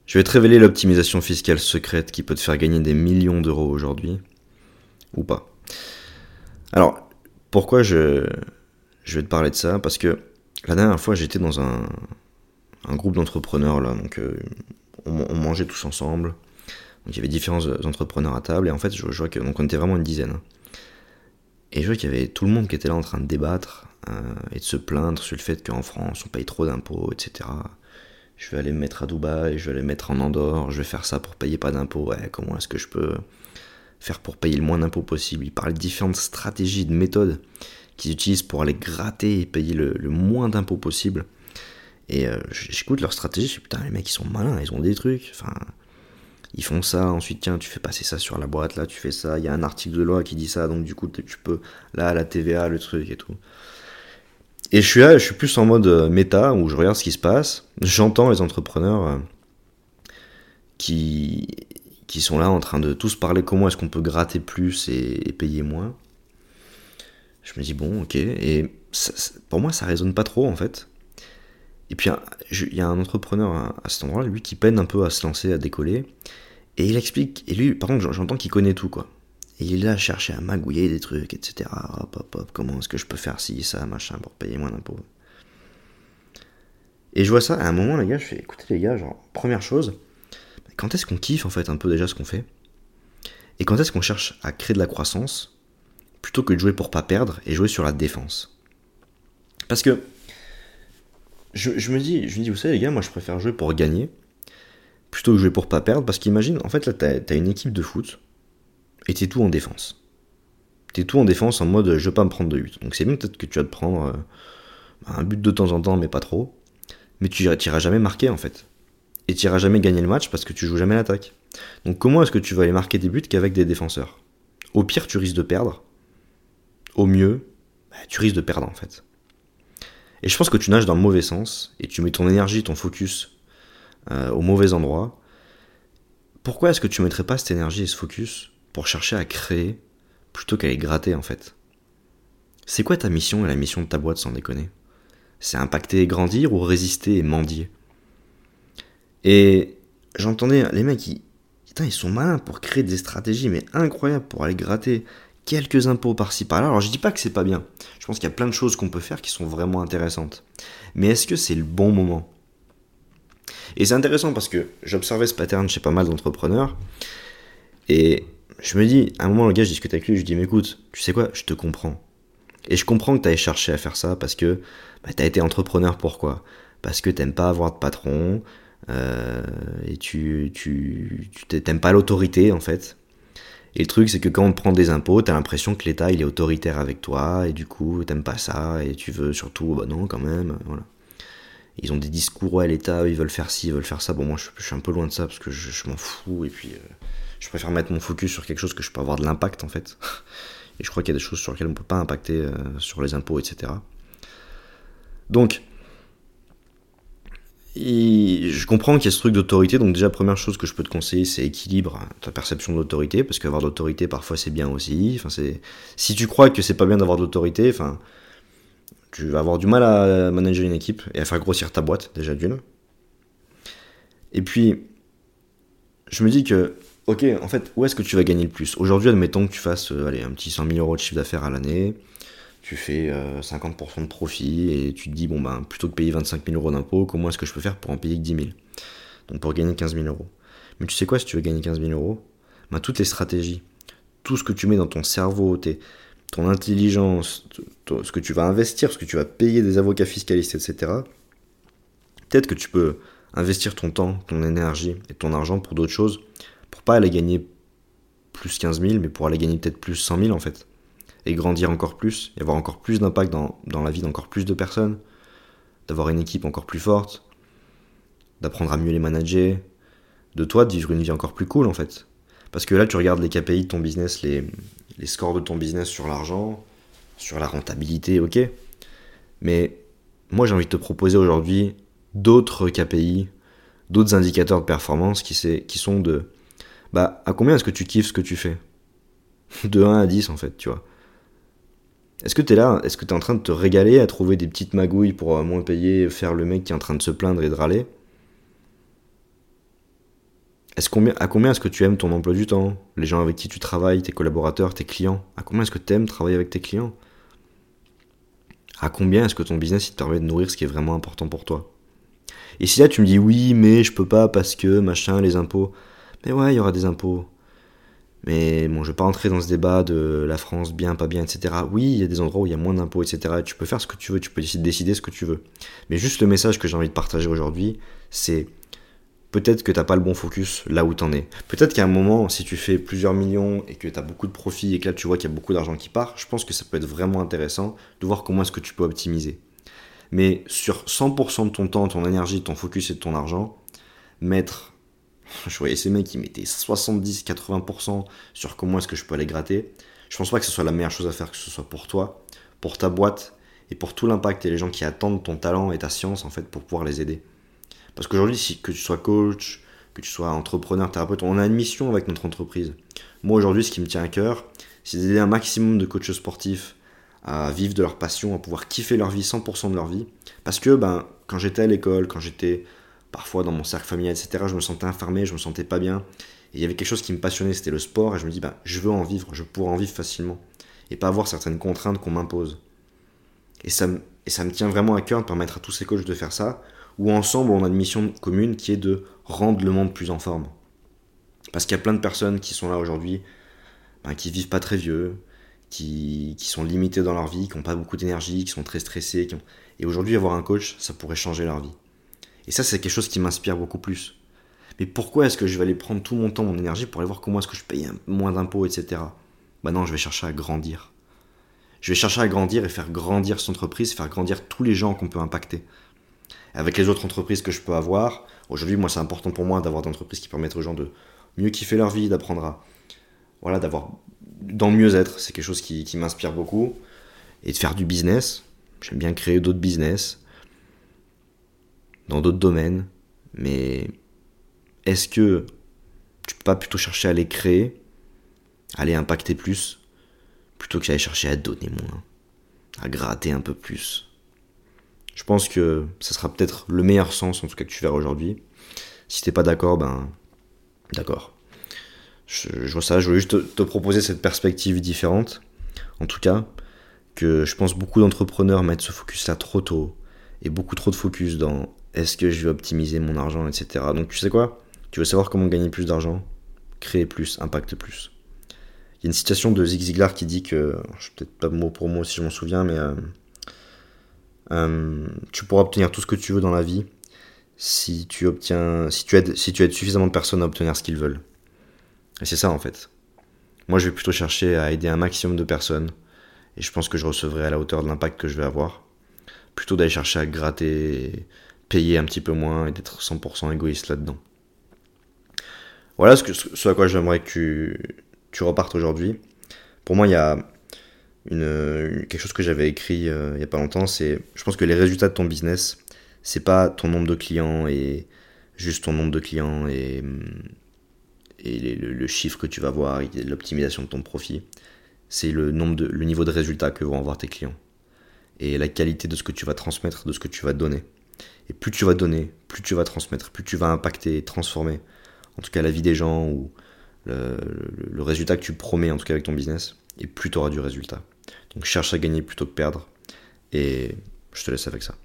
Je vais te révéler l'optimisation fiscale secrète qui peut te faire gagner des millions d'euros aujourd'hui, ou pas. Alors, pourquoi je vais te parler de ça? Parce que la dernière fois, j'étais dans un groupe d'entrepreneurs, là, donc on mangeait tous ensemble. Donc il y avait différents entrepreneurs à table, et en fait, je vois que, donc on était vraiment une dizaine. Et je vois qu'il y avait tout le monde qui était là en train de débattre et de se plaindre sur le fait qu'en France, on paye trop d'impôts, etc. Je vais aller me mettre à Dubaï, je vais aller me mettre en Andorre, je vais faire ça pour payer pas d'impôts. Ouais, comment est-ce que je peux faire pour payer le moins d'impôts possible? Ils parlent de différentes stratégies, de méthodes qu'ils utilisent pour aller gratter et payer le moins d'impôts possible. Et j'écoute leur stratégie, je dis putain, les mecs ils sont malins, ils ont des trucs. Enfin, ils font ça, ensuite tiens, tu fais passer ça sur la boîte, là tu fais ça, il y a un article de loi qui dit ça, donc du coup tu peux, là la TVA, le truc et tout. Et je suis là, je suis plus en mode méta, où je regarde ce qui se passe, j'entends les entrepreneurs qui, qui sont là en train de tous parler comment est-ce qu'on peut gratter plus et payer moins. Je me dis bon, ok, et pour moi ça résonne pas trop en fait. Et puis il y a un entrepreneur à cet endroit-là, lui qui peine un peu à se lancer, à décoller, et il explique, et lui par contre j'entends qu'il connaît tout quoi. Et il est là à chercher à magouiller des trucs, etc. Hop, hop, hop, comment est-ce que je peux faire ci, ça, machin, pour payer moins d'impôts. Et je vois ça, à un moment les gars, je fais écoutez les gars, genre, première chose, quand est-ce qu'on kiffe en fait un peu déjà ce qu'on fait? Et quand est-ce qu'on cherche à créer de la croissance plutôt que de jouer pour pas perdre et jouer sur la défense? Parce que je me dis, vous savez les gars, moi je préfère jouer pour gagner plutôt que jouer pour pas perdre, parce qu'imagine, en fait là t'as une équipe de foot et t'es tout en défense. T'es tout en défense en mode je veux pas me prendre de but. Donc c'est bien peut-être que tu vas te prendre un but de temps en temps, mais pas trop. Mais tu n'iras jamais marquer en fait. Et tu n'iras jamais gagner le match parce que tu joues jamais l'attaque. Donc comment est-ce que tu vas aller marquer des buts qu'avec des défenseurs? Au pire, tu risques de perdre. Au mieux, tu risques de perdre en fait. Et je pense que tu nages dans le mauvais sens et tu mets ton énergie, ton focus au mauvais endroit. Pourquoi est-ce que tu mettrais pas cette énergie et ce focus pour chercher à créer plutôt qu'à les gratter en fait? C'est quoi ta mission et la mission de ta boîte sans déconner? C'est impacter et grandir ou résister et mendier? Et j'entendais les mecs, ils sont malins pour créer des stratégies mais incroyables pour aller gratter quelques impôts par-ci par-là. Alors je dis pas que c'est pas bien. Je pense qu'il y a plein de choses qu'on peut faire qui sont vraiment intéressantes. Mais est-ce que c'est le bon moment? Et c'est intéressant parce que j'observais ce pattern chez pas mal d'entrepreneurs et je me dis, à un moment le gars je discute avec lui, je dis mais écoute, tu sais quoi, je te comprends. Et je comprends que tu ailles chercher à faire ça parce que tu as été entrepreneur. Pourquoi? Parce que t'aimes pas avoir de patron et tu t'aimes pas l'autorité en fait. Et le truc c'est que quand on te prend des impôts, t'as l'impression que l'État il est autoritaire avec toi et du coup t'aimes pas ça et tu veux surtout, bah non quand même, voilà. Ils ont des discours, ouais l'État ils veulent faire ci, ils veulent faire ça. Bon moi je suis un peu loin de ça parce que je m'en fous et puis je préfère mettre mon focus sur quelque chose que je peux avoir de l'impact en fait. Et je crois qu'il y a des choses sur lesquelles on ne peut pas impacter sur les impôts, etc. Donc, je comprends qu'il y a ce truc d'autorité. Donc déjà, première chose que je peux te conseiller, c'est équilibre ta perception de l'autorité. Parce qu'avoir de l'autorité, parfois, c'est bien aussi. Enfin, si tu crois que c'est pas bien d'avoir de l'autorité, enfin, tu vas avoir du mal à manager une équipe et à faire grossir ta boîte, déjà d'une. Et puis, je me dis que, ok, en fait, où est-ce que tu vas gagner le plus? Aujourd'hui, admettons que tu fasses allez, un petit 100 000 euros de chiffre d'affaires à l'année, tu fais 50% de profit et tu te dis, bon ben, plutôt que payer 25 000 euros d'impôts, comment est-ce que je peux faire pour en payer que 10 000? Donc pour gagner 15 000 euros. Mais tu sais quoi, si tu veux gagner 15 000 euros, ben, toutes les stratégies, tout ce que tu mets dans ton cerveau, ton intelligence, ce que tu vas investir, ce que tu vas payer des avocats fiscalistes, etc., peut-être que tu peux investir ton temps, ton énergie et ton argent pour d'autres choses, pour pas aller gagner plus 15 000, mais pour aller gagner peut-être plus 100 000 en fait. Et grandir encore plus, et avoir encore plus d'impact dans la vie d'encore plus de personnes, d'avoir une équipe encore plus forte, d'apprendre à mieux les manager, de toi de vivre une vie encore plus cool en fait. Parce que là tu regardes les KPI de ton business, les scores de ton business sur l'argent, sur la rentabilité, ok. Mais moi j'ai envie de te proposer aujourd'hui d'autres KPI, d'autres indicateurs de performance qui sont de bah à combien est-ce que tu kiffes ce que tu fais? De 1 à 10 en fait, tu vois. Est-ce que t'es là? Est-ce que t'es en train de te régaler à trouver des petites magouilles pour moins payer, faire le mec qui est en train de se plaindre et de râler? À combien est-ce que tu aimes ton emploi du temps? Les gens avec qui tu travailles, tes collaborateurs, tes clients? À combien est-ce que tu aimes travailler avec tes clients? À combien est-ce que ton business il te permet de nourrir ce qui est vraiment important pour toi? Et si là tu me dis oui, mais je peux pas parce que machin, les impôts. Mais ouais, il y aura des impôts. Mais bon, je vais pas rentrer dans ce débat de la France bien, pas bien, etc. Oui, il y a des endroits où il y a moins d'impôts, etc. Tu peux faire ce que tu veux, tu peux décider ce que tu veux. Mais juste le message que j'ai envie de partager aujourd'hui, c'est peut-être que t'as pas le bon focus là où t'en es. Peut-être qu'à un moment, si tu fais plusieurs millions et que t'as beaucoup de profits et que là tu vois qu'il y a beaucoup d'argent qui part, je pense que ça peut être vraiment intéressant de voir comment est-ce que tu peux optimiser. Mais sur 100% de ton temps, ton énergie, ton focus et de ton argent, mettre, je voyais ces mecs qui mettaient 70-80% sur comment est-ce que je peux aller gratter, je pense pas que ce soit la meilleure chose à faire, que ce soit pour toi, pour ta boîte et pour tout l'impact et les gens qui attendent ton talent et ta science en fait pour pouvoir les aider. Parce qu'aujourd'hui, que tu sois coach, que tu sois entrepreneur, thérapeute, on a une mission avec notre entreprise. Moi, aujourd'hui, ce qui me tient à cœur, c'est d'aider un maximum de coachs sportifs à vivre de leur passion, à pouvoir kiffer leur vie, 100% de leur vie. Parce que quand j'étais à l'école, quand j'étais parfois dans mon cercle familial, etc., je me sentais enfermé, je me sentais pas bien. Et il y avait quelque chose qui me passionnait, c'était le sport. Et je me dis, je veux en vivre, je pourrais en vivre facilement. Et pas avoir certaines contraintes qu'on m'impose. Et ça me tient vraiment à cœur de permettre à tous ces coachs de faire ça, où ensemble on a une mission commune qui est de rendre le monde plus en forme. Parce qu'il y a plein de personnes qui sont là aujourd'hui, qui vivent pas très vieux, qui sont limités dans leur vie, qui n'ont pas beaucoup d'énergie, qui sont très stressés. Et aujourd'hui, avoir un coach, ça pourrait changer leur vie. Et ça, c'est quelque chose qui m'inspire beaucoup plus. Mais pourquoi est-ce que je vais aller prendre tout mon temps, mon énergie pour aller voir comment est-ce que je paye moins d'impôts, etc. Non, je vais chercher à grandir. Je vais chercher à grandir et faire grandir cette entreprise, faire grandir tous les gens qu'on peut impacter. Avec les autres entreprises que je peux avoir, aujourd'hui, moi, c'est important pour moi d'avoir des entreprises qui permettent aux gens de mieux kiffer leur vie, d'apprendre à, voilà, d'avoir dans le mieux-être. C'est quelque chose qui m'inspire beaucoup. Et de faire du business. J'aime bien créer d'autres business dans d'autres domaines. Mais est-ce que tu peux pas plutôt chercher à les créer, à les impacter plus, plutôt que d'aller chercher à donner moins, à gratter un peu plus? Je pense que ça sera peut-être le meilleur sens, en tout cas, que tu verras aujourd'hui. Si t'es pas d'accord, d'accord. Je vois ça, je voulais juste te proposer cette perspective différente. En tout cas, que je pense beaucoup d'entrepreneurs mettent ce focus là trop tôt. Et beaucoup trop de focus dans est-ce que je vais optimiser mon argent, etc. Donc tu sais quoi? Tu veux savoir comment gagner plus d'argent? Créer plus, impacte plus. Il y a une citation de Zig Ziglar qui dit que, je suis peut-être pas mot pour mot si je m'en souviens, mais tu pourras obtenir tout ce que tu veux dans la vie si tu aides suffisamment de personnes à obtenir ce qu'ils veulent. Et c'est ça en fait. Moi je vais plutôt chercher à aider un maximum de personnes et je pense que je recevrai à la hauteur de l'impact que je vais avoir, plutôt d'aller chercher à gratter, payer un petit peu moins et d'être 100% égoïste là-dedans. Voilà ce à quoi j'aimerais que tu repartes aujourd'hui. Pour moi il y a quelque chose que j'avais écrit il y a pas longtemps, c'est je pense que les résultats de ton business, c'est pas ton nombre de clients et juste ton nombre de clients et le chiffre que tu vas voir et l'optimisation de ton profit. C'est le niveau de résultats que vont avoir tes clients et la qualité de ce que tu vas transmettre, de ce que tu vas donner. Et plus tu vas donner, plus tu vas transmettre, plus tu vas impacter et transformer, en tout cas la vie des gens ou le résultat que tu promets en tout cas avec ton business, et plus tu auras du résultat. Donc cherche à gagner plutôt que perdre et je te laisse avec ça.